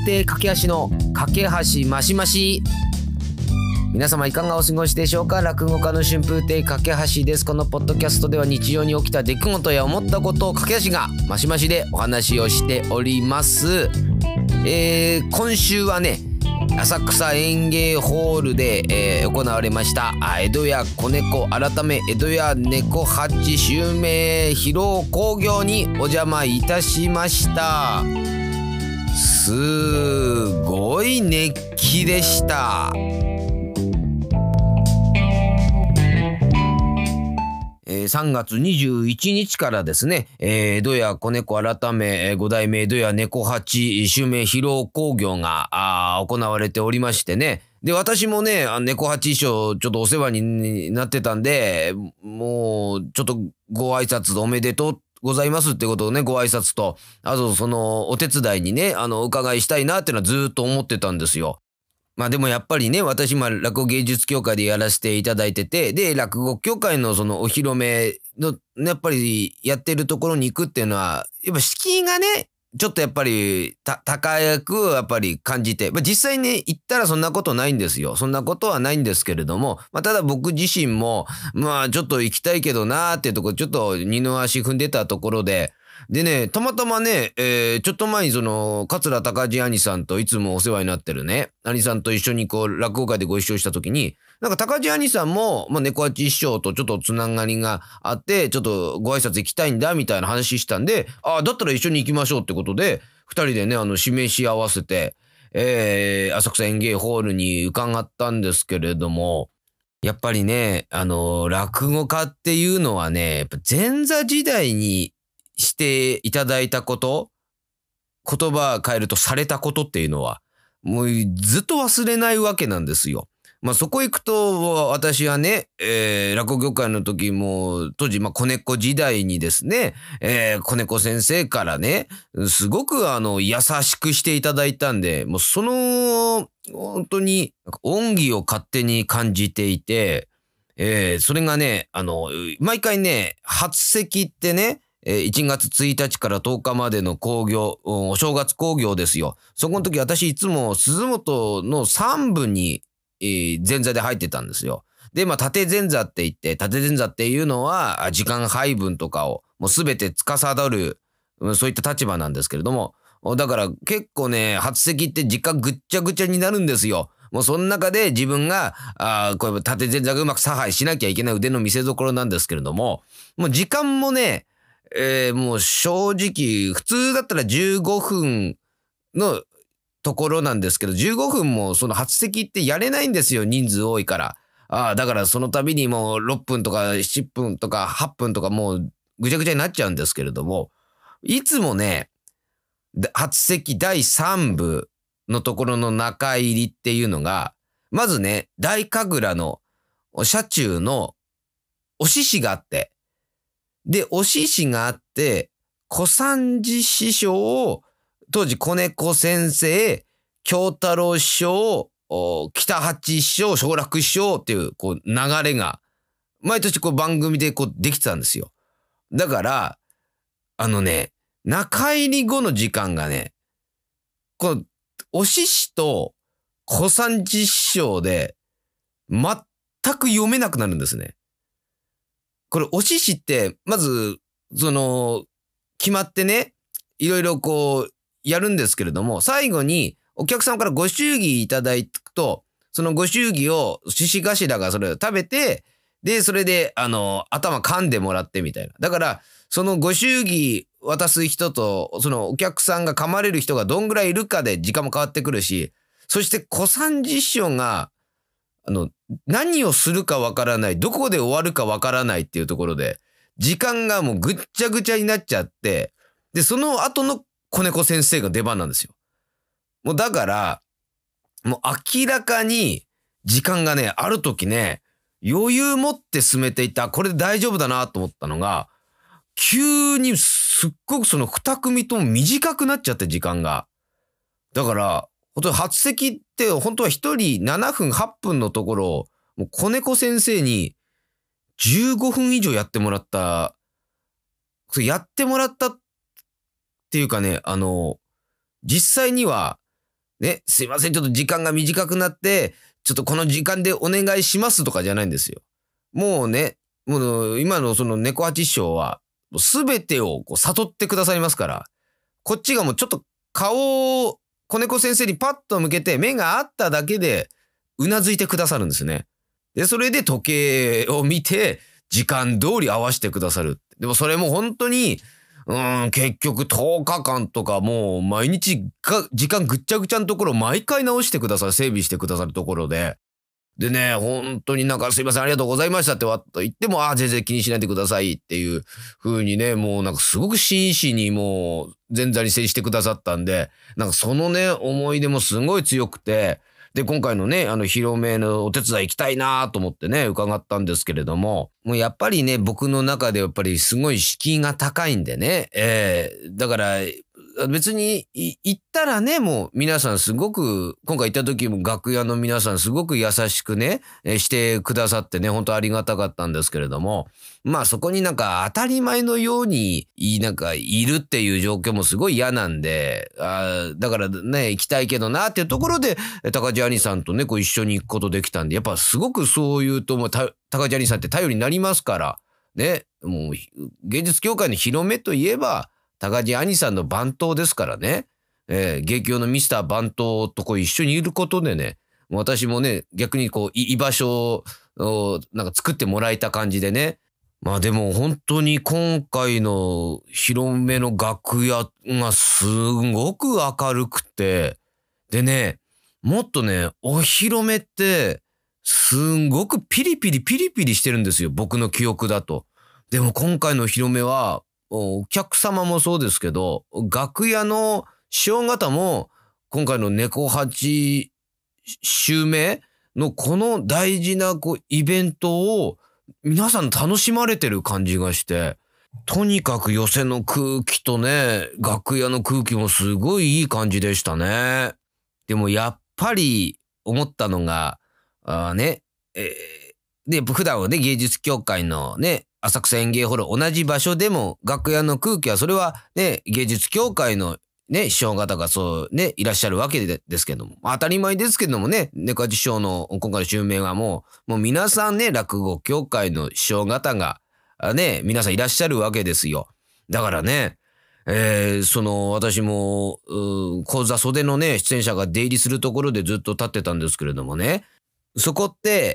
亭架け橋の架け橋マシマシ。皆様いかがお過ごしでしょうか。落語家の春風亭架け橋です。このポッドキャストでは日常に起きた出来事や思ったことを架け橋がマシマシでお話をしております。今週はね、浅草園芸ホールで、行われました江戸屋小猫改め江戸屋猫八襲名披露興行にお邪魔いたしました。すごい熱気でした。3月21日からですね、江戸屋小猫改め五代目江戸屋猫八襲名披露興行が行われておりましてね。で、私もね、猫八衣装ちょっとお世話になってたんで、もうちょっとご挨拶おめでとうございますってことをね、ご挨拶と、あとそのお手伝いにね、お伺いしたいなっていうのはずっと思ってたんですよ。まあでもやっぱりね、私今落語芸術協会でやらせていただいてて、で、落語協会のそのお披露目の、やっぱりやってるところに行くっていうのは、やっぱ敷居がね、ちょっとやっぱり高くやっぱり感じて、まあ実際ね、行ったらそんなことないんですよ。そんなことはないんですけれども、まあただ僕自身も、まあちょっと行きたいけどなーっていうところ、ちょっと二の足踏んでたところで、でね、たまたまね、ちょっと前にその、桂高治兄さんといつもお世話になってるね、兄さんと一緒にこう、落語会でご一緒した時に、なんか高治兄さんも、まあ、猫八師匠とちょっとつながりがあって、ちょっとご挨拶行きたいんだ、みたいな話したんで、だったら一緒に行きましょうってことで、二人でね、指名し合わせて、浅草園芸ホールに伺ったんですけれども、やっぱりね、落語家っていうのはね、やっぱ前座時代にしていただいたこと、言葉変えるとされたことっていうのは、もうずっと忘れないわけなんですよ。まあそこ行くと、私はね、落語業界の時も、当時、子猫時代にですね、子猫先生からね、すごく優しくしていただいたんで、もうその、本当に、恩義を勝手に感じていて、それがね、毎回ね、初席ってね、1月1日から10日までの興行、お正月興行ですよ。そこの時私いつも鈴本の3部に、前座で入ってたんですよ。で、縦前座って言って、縦前座っていうのは、時間配分とかをもうすべて司る、そういった立場なんですけれども、だから結構ね、初席って時間ぐっちゃぐちゃになるんですよ。もうその中で自分が、これ縦前座がうまく差配しなきゃいけない腕の見せ所なんですけれども、もう時間もね、もう正直、普通だったら15分のところなんですけど、15分もその初席ってやれないんですよ、人数多いから。だからその度にもう6分とか7分とか8分とかもうぐちゃぐちゃになっちゃうんですけれども、いつもね、初席第3部のところの中入りっていうのが、まずね、大神楽の車中のお獅子があって、で、お獅子があって、小三治師匠、当時小猫先生、京太郎師匠、北八師匠、正楽師匠っていう、こう、流れが、毎年こう番組でこうできてたんですよ。だから、中入り後の時間がね、この、お獅子と小三治師匠で、全く読めなくなるんですね。これ、お獅子って、まず、決まってね、いろいろこう、やるんですけれども、最後に、お客さんからご祝儀いただくと、そのご祝儀を獅子頭がそれを食べて、で、それで、頭噛んでもらってみたいな。だから、そのご祝儀渡す人と、そのお客さんが噛まれる人がどんぐらいいるかで時間も変わってくるし、そして小三治師匠が、何をするかわからない、どこで終わるかわからないっていうところで、時間がもうぐっちゃぐちゃになっちゃって、で、その後の子猫先生が出番なんですよ。もうだから、もう明らかに時間がね、ある時ね、余裕持って進めていた、これで大丈夫だなと思ったのが、急にすっごくその二組とも短くなっちゃって時間が。だから、本当に初席って本当は一人7分8分のところを、もう子猫先生に15分以上やってもらった、それやってもらったっていうかね、実際にはね、すいません、ちょっと時間が短くなって、ちょっとこの時間でお願いしますとかじゃないんですよ。もうね、もう今のその猫八師匠は、すべてをこう悟ってくださいますから、こっちがもうちょっと顔を子猫先生にパッと向けて目が合っただけで、うなずいてくださるんですね。で、それで時計を見て、時間通り合わせてくださる。でもそれも本当に、結局10日間とかもう毎日が時間ぐっちゃぐちゃのところを毎回直してくださる、整備してくださるところで、でね、本当になんかすいません、ありがとうございましたってわっと言っても、全然気にしないでくださいっていう風にね、もうなんかすごく真摯にもう前座に接してくださったんで、なんかそのね、思い出もすごい強くて、で、今回のね、広めのお手伝い行きたいなと思ってね、伺ったんですけれども、もうやっぱりね、僕の中でやっぱりすごい敷居が高いんでね、だから、別に行ったらね、もう皆さんすごく、今回行った時も楽屋の皆さんすごく優しくね、してくださってね、本当ありがたかったんですけれども、まあそこになんか当たり前のように、なんかいるっていう状況もすごい嫌なんで、だからね、行きたいけどなっていうところで、高地兄さんとね、こう一緒に行くことできたんで、やっぱすごくそういうと、もう高地兄さんって頼りになりますから、ね、もう芸術協会の広めといえば、高地兄さんの番頭ですからね。芸協のミスター番頭とこう一緒にいることでね、私もね、逆にこう、居場所をなんか作ってもらえた感じでね。まあでも本当に今回の広めの楽屋がすごく明るくて、でね、もっとね、お披露目って、すんごくピリピリピリピリしてるんですよ。僕の記憶だと。でも今回のお披露目は、お客様もそうですけど、楽屋の師匠方も、今回の猫八襲名のこの大事なこうイベントを皆さん楽しまれてる感じがして、とにかく寄席の空気とね、楽屋の空気もすごいいい感じでしたね。でもやっぱり思ったのが、ね、で、普段はね、芸術協会のね、浅草演芸ホール同じ場所でも楽屋の空気はそれはね、芸術協会のね、師匠方がそうね、いらっしゃるわけですけども、当たり前ですけどもね、猫八師匠の今回の襲名はもう皆さんね、落語協会の師匠方が、ね、皆さんいらっしゃるわけですよ。だからね、私も、講座袖のね、出演者が出入りするところでずっと立ってたんですけれどもね、そこって、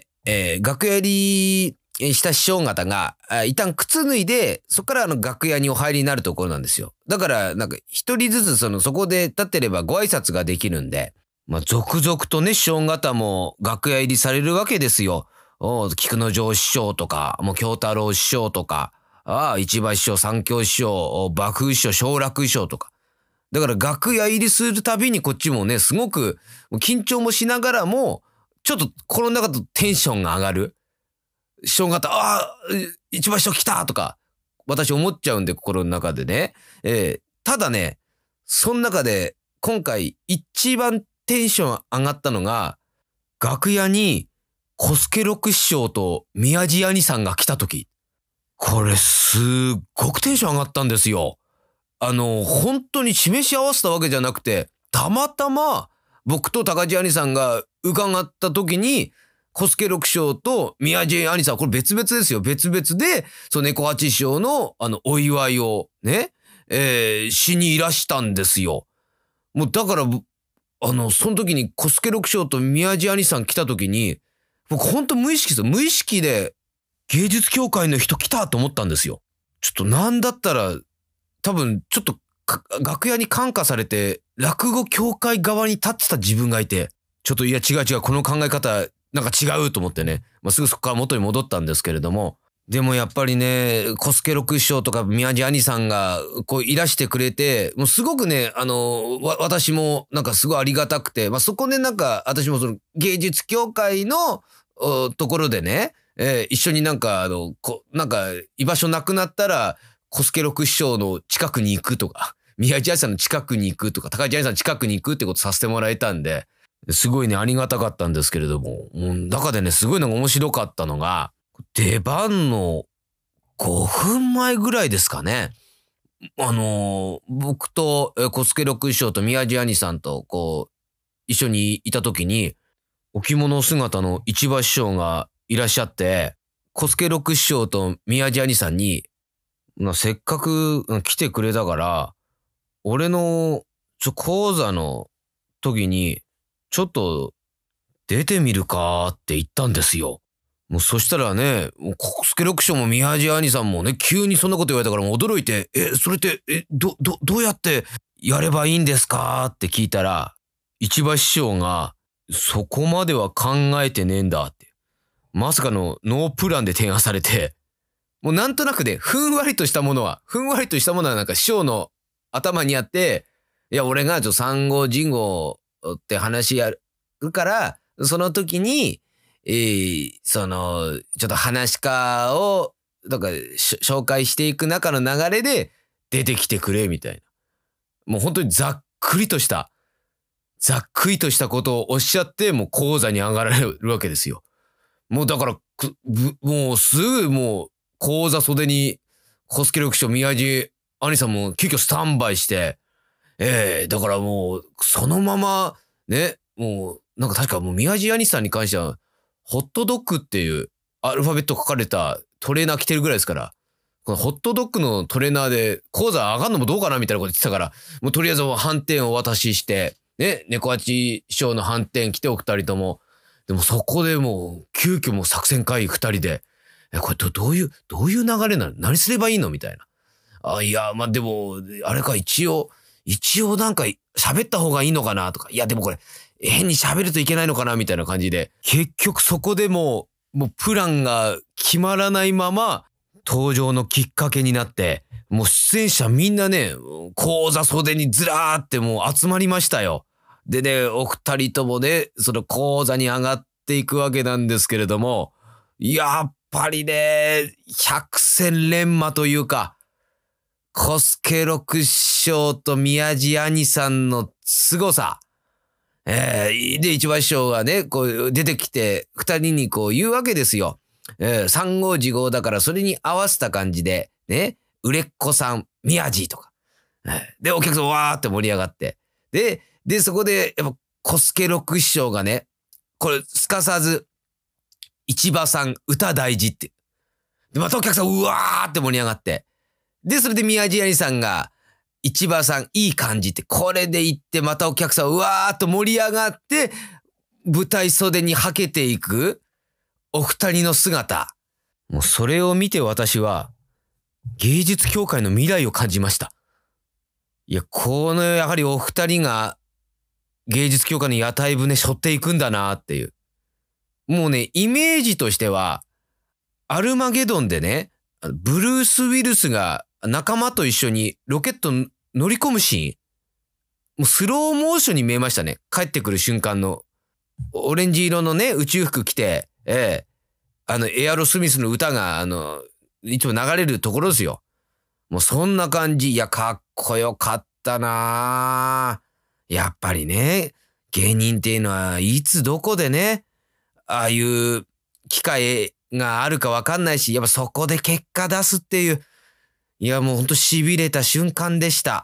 楽屋入りした師匠方が、一旦靴脱いで、そこから楽屋にお入りになるところなんですよ。だから、なんか一人ずつそこで立ってればご挨拶ができるんで、まあ、続々とね、師匠方も楽屋入りされるわけですよ。菊之丞師匠とか、もう京太郎師匠とか、市場師匠、三京師匠、幕府師匠、昇楽師匠とか。だから楽屋入りするたびにこっちもね、すごく緊張もしながらも、ちょっとこの中とテンションが上がる。師匠方、一番師匠来たとか、私思っちゃうんで、心の中でね。ただね、その中で、今回一番テンション上がったのが、楽屋に、小助六師匠と宮地兄さんが来た時。これ、すっごくテンション上がったんですよ。本当に示し合わせたわけじゃなくて、たまたま、僕と高地兄さんが伺った時に、小助六師匠と宮地兄さん、これ別々ですよ。別々で、猫八師匠の、お祝いをね、しにいらしたんですよ。もうだから、その時に小助六師匠と宮地兄さん来た時に、僕ほんと無意識ですよ。無意識で芸術協会の人来たと思ったんですよ。ちょっとなんだったら、多分ちょっと楽屋に感化されて、落語協会側に立ってた自分がいて、ちょっといや違う違う、この考え方、なんか違うと思ってね、すぐそこから元に戻ったんですけれども、でもやっぱりね、小助六師匠とか宮地兄さんがこういらしてくれて、もうすごくね、私もなんかすごいありがたくて、そこでなんか私もその芸術協会のところでね、一緒になんかなんか居場所なくなったら、小助六師匠の近くに行くとか、宮地兄さんの近くに行くとか、高地兄さんの近くに行くってことさせてもらえたんで、すごいね、ありがたかったんですけれども、中でね、すごいのが面白かったのが、出番の5分前ぐらいですかね。僕と小助六師匠と宮地兄さんと、こ一緒にいた時に、お着物姿の市場師匠がいらっしゃって、小助六師匠と宮地兄さんに、せっかく来てくれたから、俺の講座の時に、ちょっと出てみるかって言ったんですよ。もうそしたらね、小助六師匠も宮地兄さんもね、急にそんなこと言われたからもう驚いて、それって、どうやってやればいいんですかって聞いたら、市場師匠が、そこまでは考えてねえんだって。まさかのノープランで提案されて、もうなんとなくね、ふんわりとしたものはなんか師匠の頭にあって、いや、俺が産後人語って話やるから、その時に、ちょっと話し家を、紹介していく中の流れで出てきてくれ、みたいな。もう本当にざっくりとしたことをおっしゃって、もう講座に上がられるわけですよ。もうだから、もうすぐもう講座袖に小助六師匠宮地兄さんも急遽スタンバイして、だからもうそのままね、もうなんか確かもう宮地兄さんに関してはホットドッグっていうアルファベット書かれたトレーナー着てるぐらいですから、このホットドッグのトレーナーで講座上がんのもどうかなみたいなこと言ってたから、もうとりあえず反転をお渡しして、ね、猫八師匠の反転来てお二人とも、でもそこでもう急遽もう作戦会議二人で、これどういう流れなの？何すればいいのみたいな。いや、まあ、でも、あれか、一応なんか喋った方がいいのかなとか、いや、でもこれ、変に喋るといけないのかなみたいな感じで、結局そこでもうプランが決まらないまま、登場のきっかけになって、もう出演者みんなね、講座袖にずらーってもう集まりましたよ。でね、お二人ともね、その講座に上がっていくわけなんですけれども、やっぱりね、百戦錬磨というか、小助六師匠と宮地兄さんの凄さ。で、市場師匠がね、こう出てきて、二人にこう言うわけですよ。三号次号だからそれに合わせた感じで、ね、売れっ子さん、宮地とか。で、お客さんわーって盛り上がって。で、そこで、やっぱ小助六師匠がね、これ、すかさず、市場さん、歌大事って。で、またお客さん、うわーって盛り上がって。で、それで宮地兄さんが、市場さん、いい感じって、これで言って、またお客さん、うわーっと盛り上がって、舞台袖にはけていく、お二人の姿。もうそれを見て私は、芸術協会の未来を感じました。いや、やはりお二人が、芸術協会の屋台船背負っていくんだなっていう。もうね、イメージとしては、アルマゲドンでね、ブルース・ウィルスが仲間と一緒にロケット乗り込むシーン。もうスローモーションに見えましたね。帰ってくる瞬間の。オレンジ色のね、宇宙服着て、エアロスミスの歌が、いつも流れるところですよ。もうそんな感じ。いや、かっこよかったなぁ。やっぱりね、芸人っていうのはいつどこでね、ああいう機会があるかわかんないし、やっぱそこで結果出すっていう、いやもうほんと痺れた瞬間でした。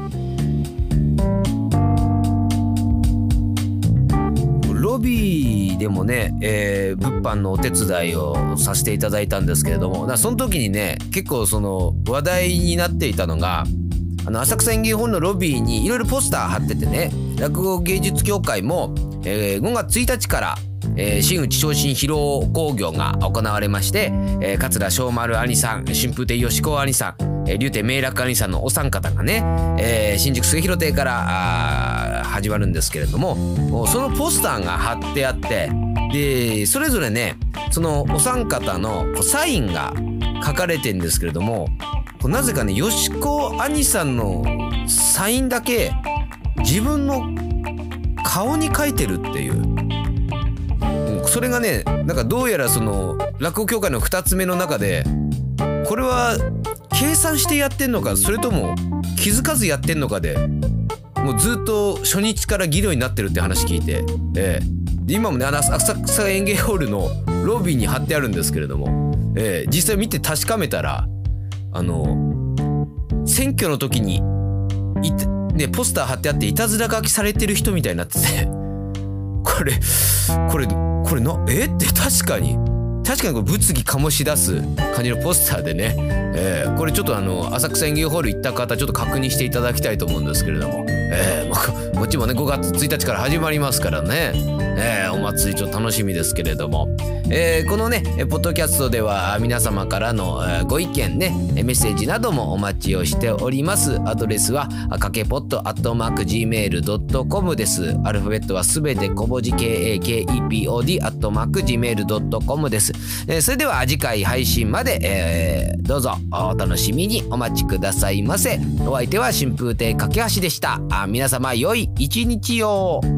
ロビーでもね、物販のお手伝いをさせていただいたんですけれども、その時にね、結構その話題になっていたのが、浅草演芸ホールのロビーにいろいろポスター貼っててね、落語芸術協会も、5月1日から、真打ち昇進披露興行が行われまして、桂正丸兄さん、春風亭吉公兄さん、竜亭明楽兄さんのお三方がね、新宿末広亭から始まるんですけれども、そのポスターが貼ってあって、でそれぞれね、そのお三方のサインが書かれてるんですけれども、なぜかね、吉公兄さんのサインだけ自分の顔に書いてるっていう。それがね、なんかどうやらその落語協会の2つ目の中で、これは計算してやってんのか、それとも気づかずやってんのかで、もうずっと初日から議論になってるって話聞いて、で今もね、浅草演芸ホールのロビーに貼ってあるんですけれども、実際見て確かめたら、選挙の時にね、ポスター貼ってあっていたずら書きされてる人みたいになっててこれって確かにこれ物議醸し出す感じのポスターでね、これちょっと浅草園芸ホール行った方ちょっと確認していただきたいと思うんですけれども、こっちもね5月1日から始まりますからね、お祭りちょっと楽しみですけれども、このねポッドキャストでは皆様からのご意見ねメッセージなどもお待ちをしております。アドレスはかけぽっと@gmail.com です。アルファベットはすべて小文字 KAKEPOD@gmail.com です。それでは次回配信まで、どうぞお楽しみにお待ちくださいませ。お相手は春風亭架橋でした。皆様良い一日を。